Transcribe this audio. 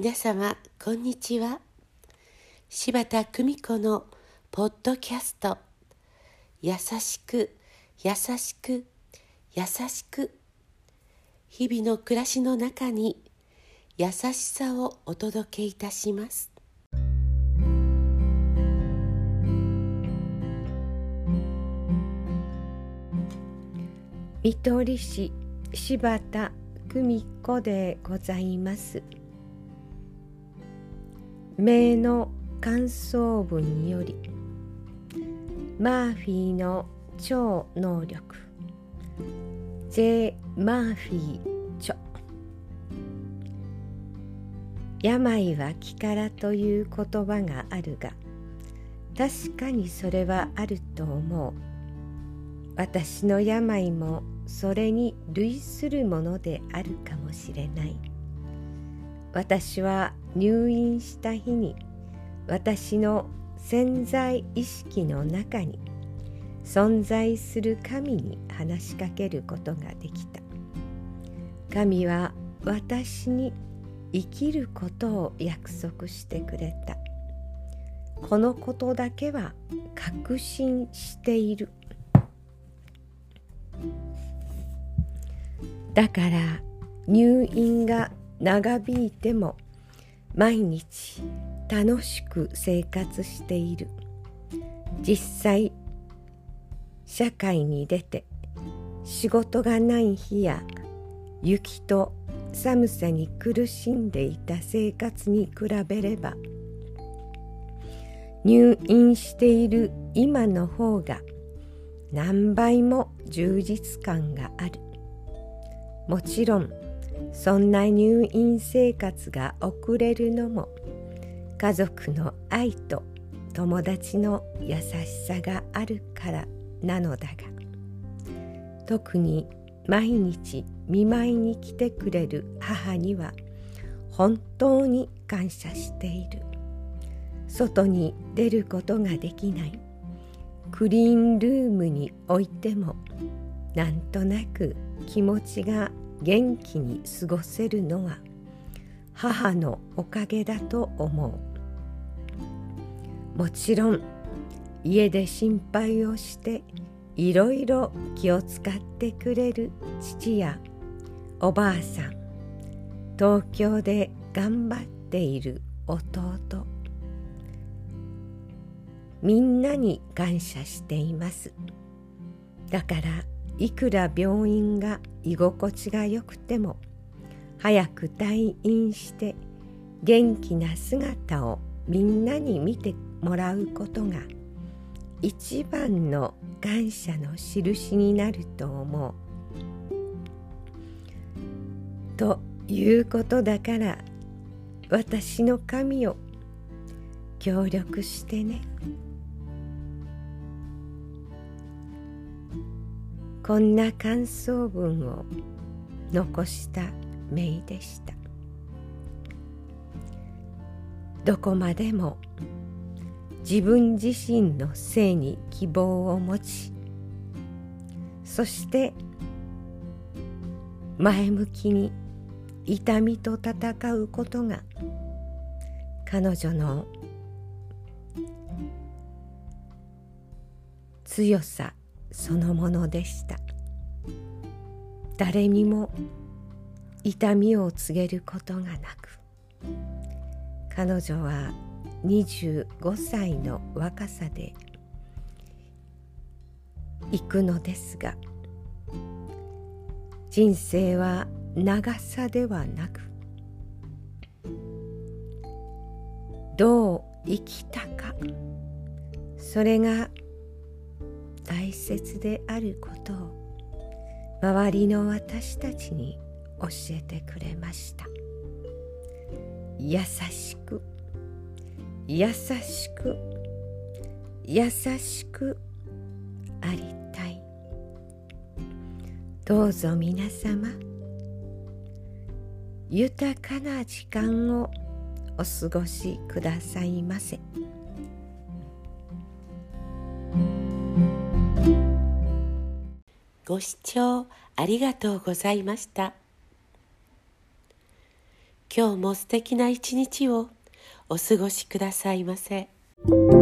皆様こんにちは。柴田久美子のポッドキャスト、優しく優しく優しく、日々の暮らしの中に優しさをお届けいたします。 見取り師柴田久美子でございます。名の感想文より、マーフィーの超能力 J. マーフィー著。病は気からという言葉があるが、確かにそれはあると思う。私の病もそれに類するものであるかもしれない。私は入院した日に、私の潜在意識の中に存在する神に話しかけることができた。神は私に生きることを約束してくれた。このことだけは確信している。だから入院が長引いても毎日楽しく生活している。実際社会に出て仕事がない日や雪と寒さに苦しんでいた生活に比べれば、入院している今の方が何倍も充実感がある。もちろんそんな入院生活が送れるのも家族の愛と友達の優しさがあるからなのだが、特に毎日見舞いに来てくれる母には本当に感謝している。外に出ることができないクリーンルームにおいても、なんとなく気持ちが元気に過ごせるのは母のおかげだと思う。もちろん家で心配をしていろいろ気を使ってくれる父やおばあさん、東京で頑張っている弟、みんなに感謝しています。だからいくら病院が居心地が良くても、早く退院して元気な姿をみんなに見てもらうことが一番の感謝の印になると思う。ということだから、私の神を協力してね。こんな感想文を残したメイでした。どこまでも自分自身の性に希望を持ち、そして前向きに痛みと戦うことが彼女の強さそのものでした。誰にも痛みを告げることがなく、彼女は25歳の若さで行くのですが、人生は長さではなく、どう生きたか、それが大切であることを周りの私たちに教えてくれました。優しく優しく優しくありたい。どうぞ皆様、豊かな時間をお過ごしくださいませ。 ご視聴ありがとうございました。 今日も素敵な一日をお過ごしくださいませ。